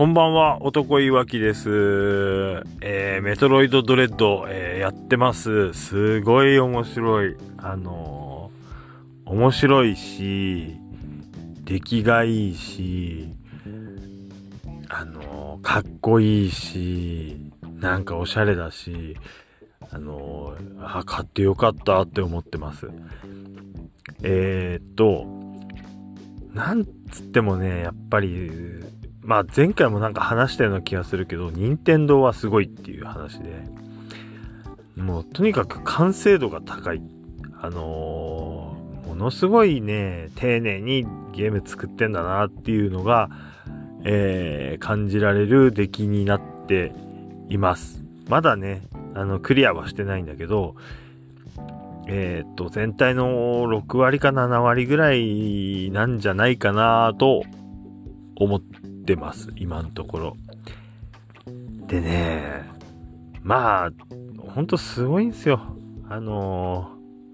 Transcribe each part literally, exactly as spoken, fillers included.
こんばんは、男いわきです。えー、メトロイドドレッド、えー、やってます。すごい面白い。あのー、面白いし、出来がいいし、あのー、かっこいいし、なんかおしゃれだし、あのー、あ、買ってよかったって思ってます。えーっと、なんつってもね、やっぱり、まあ前回もなんか話したような気がするけど、任天堂はすごいっていう話で、もうとにかく完成度が高い。あのー、ものすごいね、丁寧にゲーム作ってんだなっていうのが、えー、感じられる出来になっています。まだね、あの、クリアはしてないんだけど、えー、っと、全体のろくわりかななわりぐらいなんじゃないかなと思ってます。今のところ。でね、まあ、ほんとすごいんですよ。あの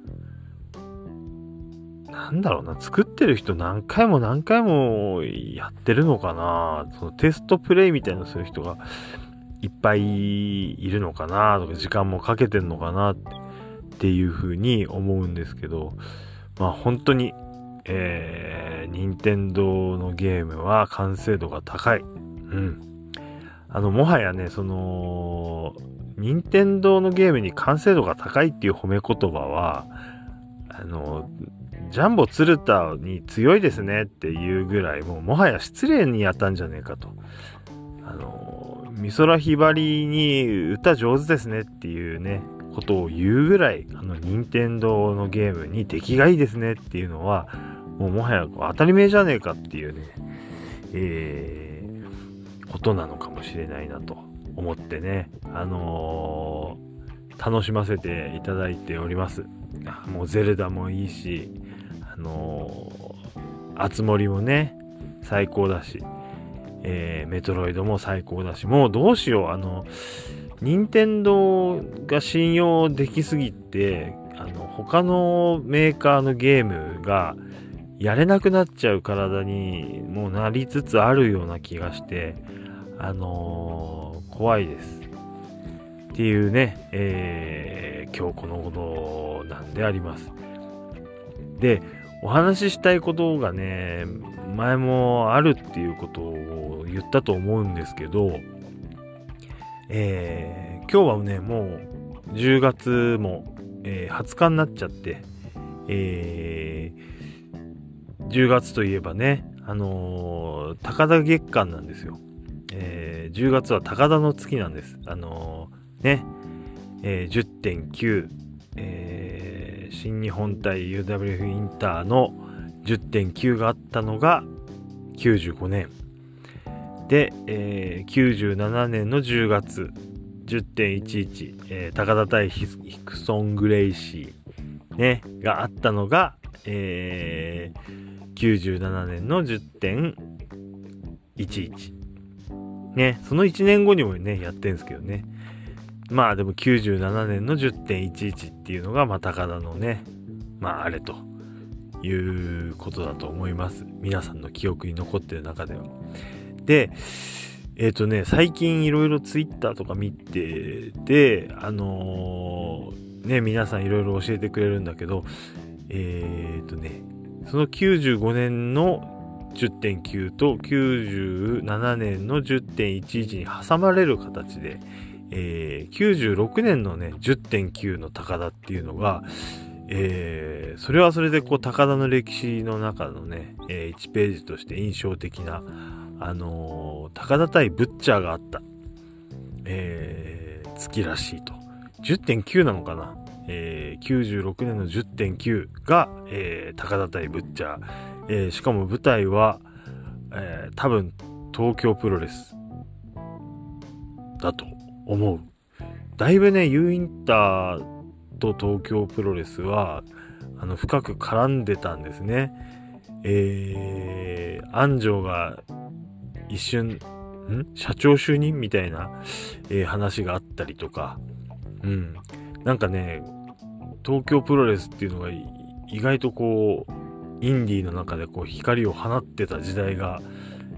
ー、なんだろうな、作ってる人何回も何回もやってるのかな。そのテストプレイみたいなする人がいっぱいいるのかなとか、時間もかけてんのかなって。っていう風に思うんですけど、まあ本当に、えー、任天堂のゲームは完成度が高い。うん。あの、もはやね、その、任天堂のゲームに完成度が高いっていう褒め言葉は、あの、ジャンボ鶴田に強いですねっていうぐらい、もうもはや失礼にやったんじゃねえかと。あの、美空ひばりに歌上手ですねっていうね、ことを言うぐらい、あの任天堂のゲームに出来がいいですねっていうのは、もうもはや当たり前じゃねえかっていうね、えー、ことなのかもしれないなと思ってね、あのー、楽しませていただいております。もうゼルダもいいし、あのー、あつ森もね、最高だし、えー、メトロイドも最高だし、もうどうしよう、あの、任天堂が信用できすぎて、あの他のメーカーのゲームがやれなくなっちゃう体にもうなりつつあるような気がして、あのー、怖いですっていうね、えー、今日このことなんであります。で、お話ししたいことがね、前もあるっていうことを言ったと思うんですけど、えー、今日はね、もうじゅうがつも、えー、はつかになっちゃって、えー、じゅうがつといえばね、あのー、高田月間なんですよ。えー、じゅうがつは高田の月なんです。あのー、ね、えー、じゅってんきゅう、えー、新日本対 ユーダブリューエフ インターの じゅってんきゅう があったのがきゅうじゅうごねん。で、えー、きゅうじゅうななねんのじゅうがつ じゅってんいちいち、えー、高田対ヒクソン・グレイシー、ね、があったのが、えー、きゅうじゅうななねんの じゅってんいちいち、ね、そのいちねんごにもねやってんすけどね、まあでもきゅうじゅうななねんの じゅってんいちいち っていうのが、まあ、高田のね、まああれということだと思います。皆さんの記憶に残ってる中では。で、えっとね、最近いろいろツイッターとか見てて、あのー、ね、皆さんいろいろ教えてくれるんだけど、えっとね、そのきゅうじゅうごねんの じゅってんきゅう ときゅうじゅうななねんの じゅってんいちいち に挟まれる形で、えー、きゅうじゅうろくねんのね、じゅってんきゅう の高田っていうのが、えー、それはそれでこう高田の歴史の中のね、えー、いちページとして印象的な、あのー、高田対ブッチャーがあった、えー、月らしいと。じゅってんきゅう なのかな、えー、きゅうじゅうろくねんの じゅってんきゅう が、えー、高田対ブッチャー、えー、しかも舞台は、えー、多分東京プロレスだと思う。だいぶね、U インターと東京プロレスはあの深く絡んでたんですね。えー、安城が一瞬ん社長就任みたいな、えー、話があったりとか、うん、なんかね、東京プロレスっていうのが意外とこうインディーの中でこう光を放ってた時代が、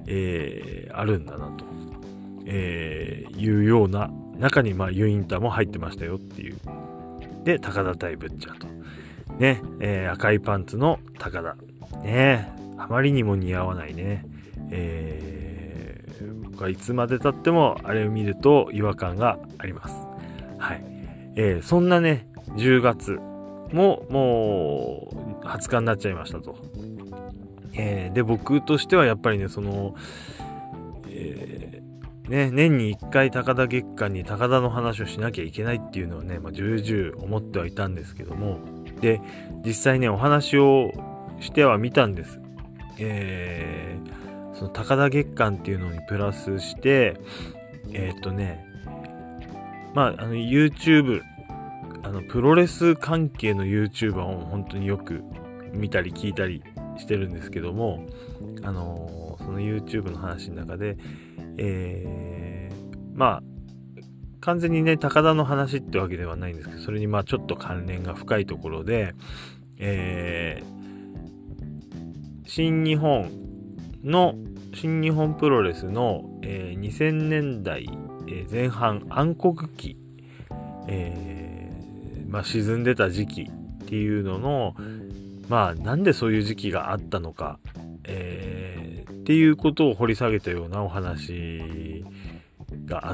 えー、あるんだなと、えー、いうような中にまあユインターも入ってましたよっていう。で高田対ブッチャーとね、えー、赤いパンツの高田ね、あまりにも似合わないね、えー、僕はいつまで経ってもあれを見ると違和感があります。はい、えー、そんなねじゅうがつももうはつかになっちゃいましたと、えー、で僕としてはやっぱりねその、えー、ね年にいっかい高田月間に高田の話をしなきゃいけないっていうのはね、まあ、重々思ってはいたんですけども、で実際ねお話をしてはみたんです。えー、その高田月間っていうのにプラスしてえー、っとねまああの YouTube あのプロレス関係の YouTuber を本当によく見たり聞いたりしてるんですけども、あのー、その YouTube の話の中で、えー、まあ完全にね高田の話ってわけではないんですけど、それにまあちょっと関連が深いところで、えー、新日本の新日本プロレスの、えー、にせんねんだいぜん半暗黒期、えーまあ、沈んでた時期っていうののまあなんでそういう時期があったのか、えー、っていうことを掘り下げたようなお話があって、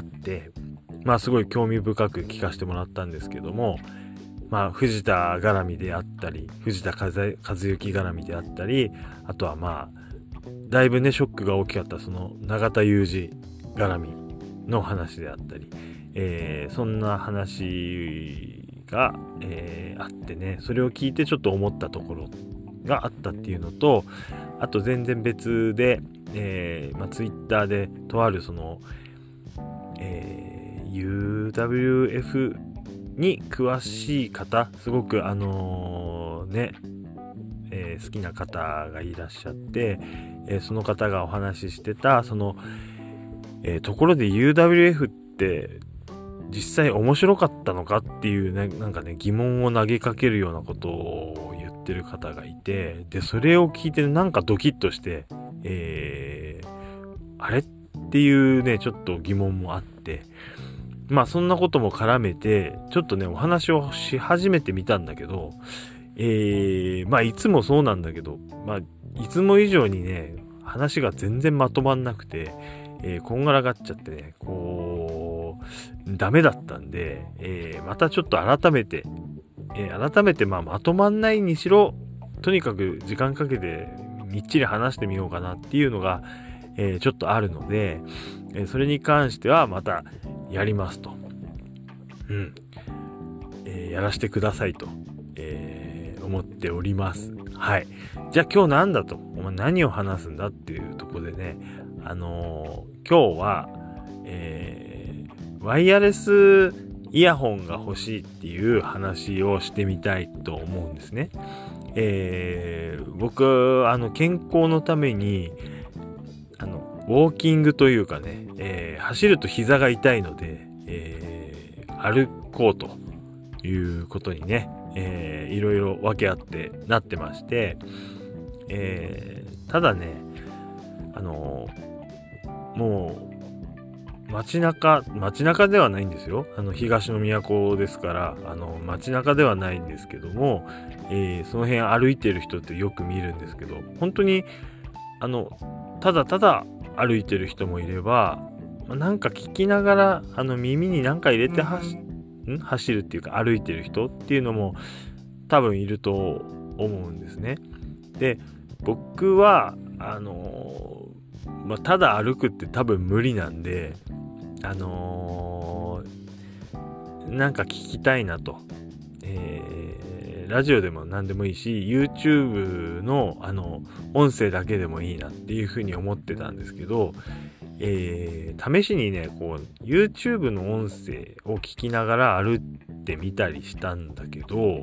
まあすごい興味深く聞かせてもらったんですけども、まあ藤田絡みであったり藤田和幸絡みであったり、あとはまあだいぶねショックが大きかったその永田裕二絡みの話であったり、えー、そんな話が、えー、あってね、それを聞いてちょっと思ったところがあったっていうのと、あと全然別で、えーまあ、ツイッターでとあるその、えー、ユーダブリューエフ に詳しい方、すごくあのー、ね、えー、好きな方がいらっしゃって、えー、その方がお話ししてたその、えー、ところで ユーダブリューエフ って実際面白かったのかっていうね、なんかね疑問を投げかけるようなことを言ってる方がいて、でそれを聞いてなんかドキッとして、えー、あれっていうねちょっと疑問もあって、まあそんなことも絡めてちょっとねお話をし始めてみたんだけど、えー、まあいつもそうなんだけど、まあいつも以上にね話が全然まとまんなくて、えー、こんがらがっちゃってねこうダメだったんで、えー、またちょっと改めて、えー、改めてまあまとまんないにしろとにかく時間かけてみっちり話してみようかなっていうのが、えー、ちょっとあるので、えー、それに関してはまたやりますと、うん、えー、やらせてくださいと、えー、思っております。はい。じゃあ今日なんだと、お前何を話すんだっていうところでね、あのー、今日は、えー、ワイヤレスイヤホンが欲しいっていう話をしてみたいと思うんですね。えー、僕あの健康のためにあのウォーキングというかね、えー、走ると膝が痛いので、えー、歩こうということにね、えー、いろいろ訳あってなってまして、えー、ただねあのもう街中街中ではないんですよ。あの東の都ですからあの街中ではないんですけども、えー、その辺歩いてる人ってよく見るんですけど、本当にあのただただ歩いてる人もいれば、まあ、なんか聞きながらあの耳に何か入れて走ん走るっていうか歩いてる人っていうのも多分いると思うんですね。で僕はあのーまあ、ただ歩くって多分無理なんで、あのー、なんか聞きたいなと、えー、ラジオでも何でもいいし YouTube のあの音声だけでもいいなっていうふうに思ってたんですけど、えー、試しにねこう YouTube の音声を聞きながら歩ってみたりしたんだけど、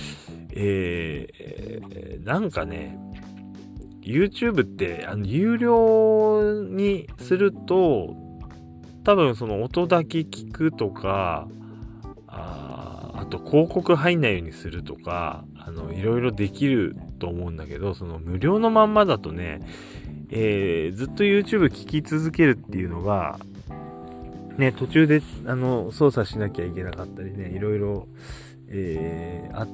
えー、なんかねYouTube ってあの有料にすると多分その音だけ聞くとか あ, あと広告入んないようにするとかあのいろいろできると思うんだけど、その無料のまんまだとね、 えー、ずっと YouTube 聞き続けるっていうのが、ね、途中であの操作しなきゃいけなかったりね、いろいろ、えー、あって、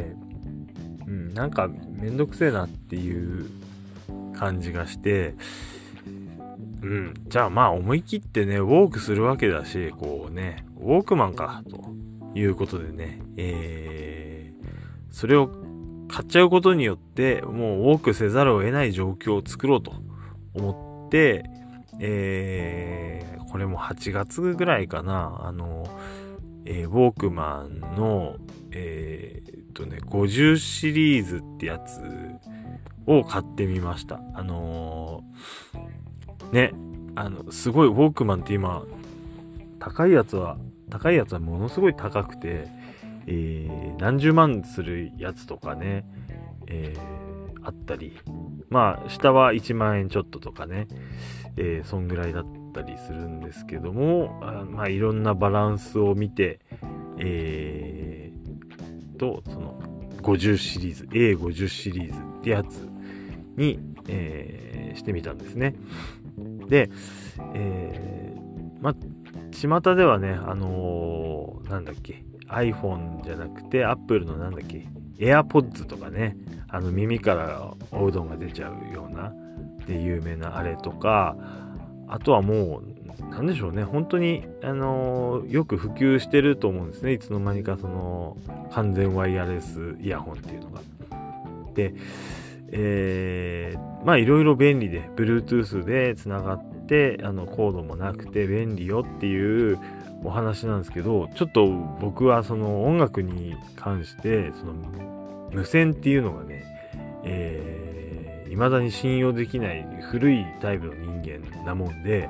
うん、なんかめんどくせえなっていう感じがして、うん、じゃあまあ思い切ってね、ウォークするわけだし、こうね、ウォークマンか、ということでね、えー、それを買っちゃうことによって、もうウォークせざるを得ない状況を作ろうと思って、えー、これもはちがつぐらいかな、あの、えー、ウォークマンの、えー、っとね、ごじゅうシリーズってやつを買ってみました。あのー、ね、あの、すごいウォークマンって今、高いやつは、高いやつはものすごい高くて、えー、何十万するやつとかね、えー、あったり、まあ、下はいちまんえんちょっととかね、えー、そんぐらいだったりするんですけども、あまあ、いろんなバランスを見て、えー、と、その、ごじゅうシリーズ、エーごじゅう シリーズってやつに、えー、してみたんですね。で、えー、まあ、巷ではね、あのー、なんだっけ、iPhone じゃなくて Apple のなんだっけ AirPods とかね、あの耳からおうどんが出ちゃうようなで有名なあれとか、あとはもうなんでしょうね、本当にあのー、よく普及してると思うんですね。いつの間にかその完全ワイヤレスイヤホンっていうのがで、えー、まあいろいろ便利で Bluetooth でつながってあのコードもなくて便利よっていうお話なんですけど、ちょっと僕はその音楽に関してその無線っていうのがね、えー、未だに信用できない古いタイプの人間なもんで、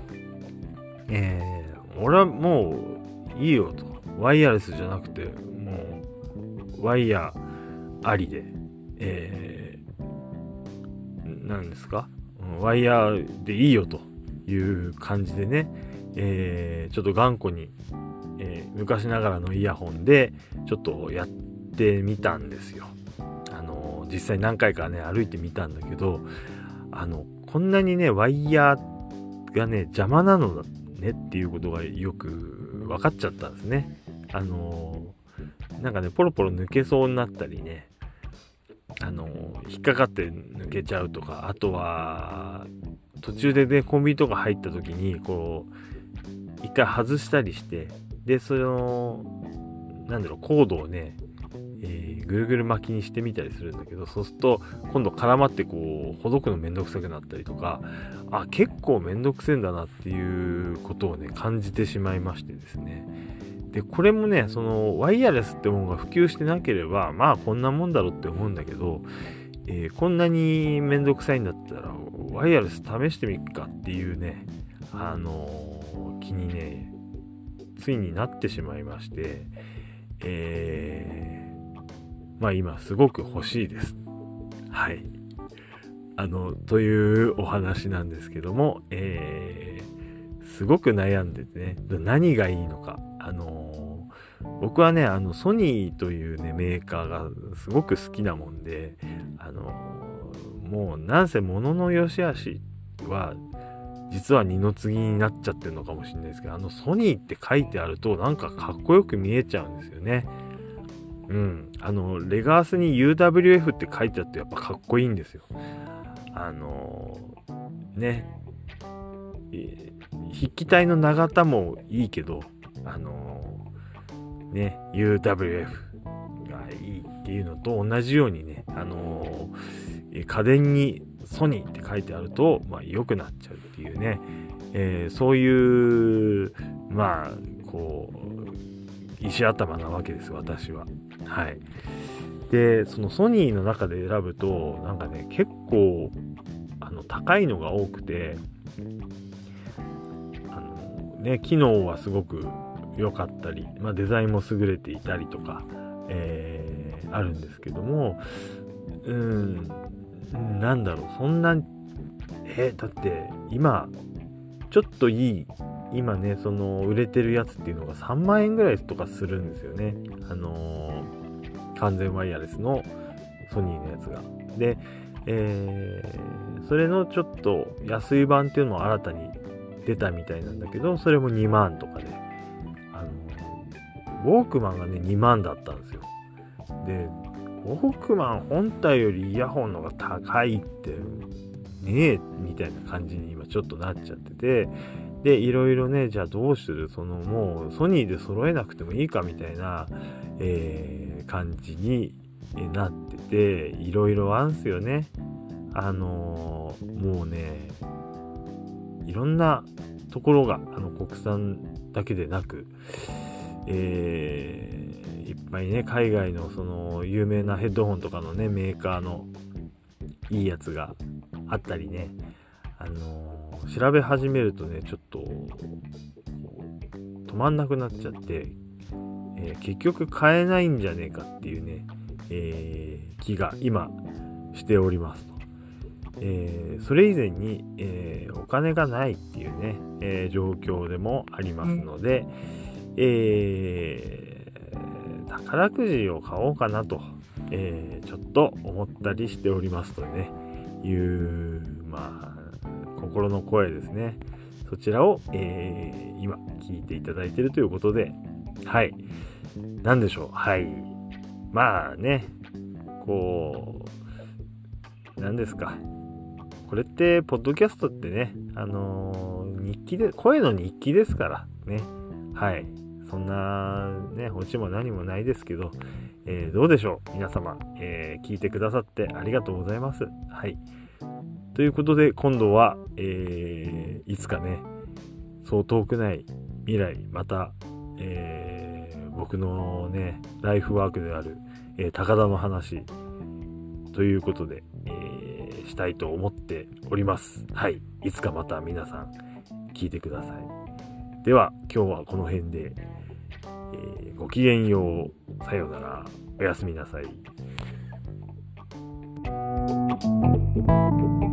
えー、俺はもういいよと、ワイヤレスじゃなくてもうワイヤーありで、えー、なんですか、ワイヤーでいいよという感じでね、えー、ちょっと頑固に、えー、昔ながらのイヤホンでちょっとやってみたんですよ。あの実際何回かね歩いてみたんだけど、あのこんなにねワイヤーがね邪魔なのだねっていうことがよく分かっちゃったんですね。あのなんかねポロポロ抜けそうになったりね、あの引っかかって抜けちゃうとか、あとは途中でねコンビニとか入った時にこう一回外したりして、でそのなんだろうコードをね、えー、ぐるぐる巻きにしてみたりするんだけど、そうすると今度絡まってこうほどくのめんどくさくなったりとか、あ結構めんどくせえんだなっていうことをね感じてしまいましてですね。でこれもねそのワイヤレスってものが普及してなければまあこんなもんだろうって思うんだけど、えー、こんなにめんどくさいんだったらワイヤレス試してみっかっていうね、あのー、気にねついになってしまいまして、えー、まあ今すごく欲しいです。はい。あのというお話なんですけども、えー、すごく悩んでてね、何がいいのか。あのー、僕はねあのソニーというねメーカーがすごく好きなもんで、あのー、もうなんせ物の良し悪しは実は二の次になっちゃってるのかもしれないですけど、あのソニーって書いてあるとなんかかっこよく見えちゃうんですよね。うん、あのレガースに ユーダブリューエフ って書いてあってやっぱかっこいいんですよ。あのー、ね、えー、筆記体の長田もいいけど、あのー、ね ユーダブリューエフ がいいっていうのと同じようにね、あのー、家電にソニーって書いてあると、まあ、良くなっちゃうっていうね、えー、そういうまあこう石頭なわけです私は。はい。でそのソニーの中で選ぶとなんかね結構あの高いのが多くて、あのね機能はすごく良かったり、まあ、デザインも優れていたりとか、えー、あるんですけども、うーんなんだろう、そんなえだって今ちょっといい今ねその売れてるやつっていうのがさんまんえんぐらいとかするんですよね。あのー、完全ワイヤレスのソニーのやつがで、 えー、それのちょっと安い版っていうのも新たに出たみたいなんだけど、それもにまんとかで、あのウォークマンがねにまんだったんですよ。でウォークマン本体よりイヤホンの方が高いってねえみたいな感じに今ちょっとなっちゃってて、でいろいろね、じゃあどうする、そのもうソニーで揃えなくてもいいかみたいな、えー、感じになってて、いろいろあんすよね。あのー、もうねいろんなところがあの国産だけでなく、えー、いっぱいね海外のその有名なヘッドホンとかのねメーカーのいいやつがあったりね、あのー、調べ始めるとねちょっと止まんなくなっちゃって、えー、結局買えないんじゃねえかっていうね、えー、気が今しておりますと。えー、それ以前に、えー、お金がないっていうね、えー、状況でもありますので、えー、宝くじを買おうかなと、えー、ちょっと思ったりしておりますとねいうまあ心の声ですね。そちらを、えー、今聞いていただいているということで、はいなんでしょう、はいまあねこうなんですか、これってポッドキャストってね、あのー、日記で声の日記ですからね。はい、そんなねオチも何もないですけど、えー、どうでしょう皆様、えー、聞いてくださってありがとうございます。はい、ということで今度は、えー、いつかねそう遠くない未来また、えー、僕のねライフワークである、えー、高田の話ということで、えー、したいと思っております。はい、いつかまた皆さん聞いてください。では今日はこの辺で、えー、ごきげんよう、さようなら、おやすみなさい。